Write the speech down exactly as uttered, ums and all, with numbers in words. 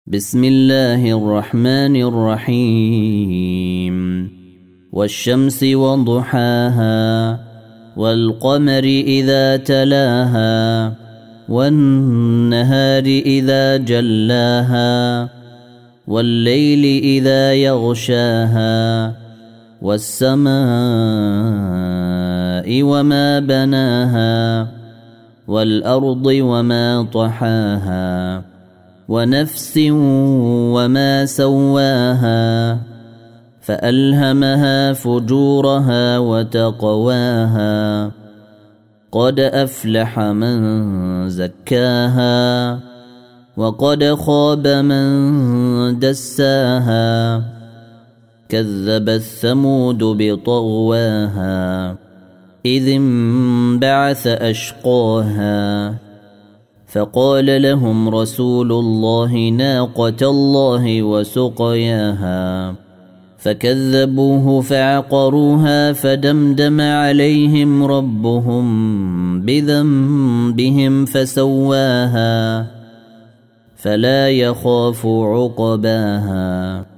بسم الله الرحمن الرحيم والشمس وضحاها والقمر إذا تلاها والنهار إذا جلاها والليل إذا يغشاها والسماء وما بناها والأرض وما طحاها ونفس وما سواها فألهمها فجورها وتقواها قد أفلح من زكاها وقد خاب من دساها كذبت ثمود بطغواها إذ انبعث أشقاها فقال لهم رسول الله ناقة الله وسقياها فكذبوه فعقروها فدمدم عليهم ربهم بذنبهم فسواها فلا يخاف عقباها.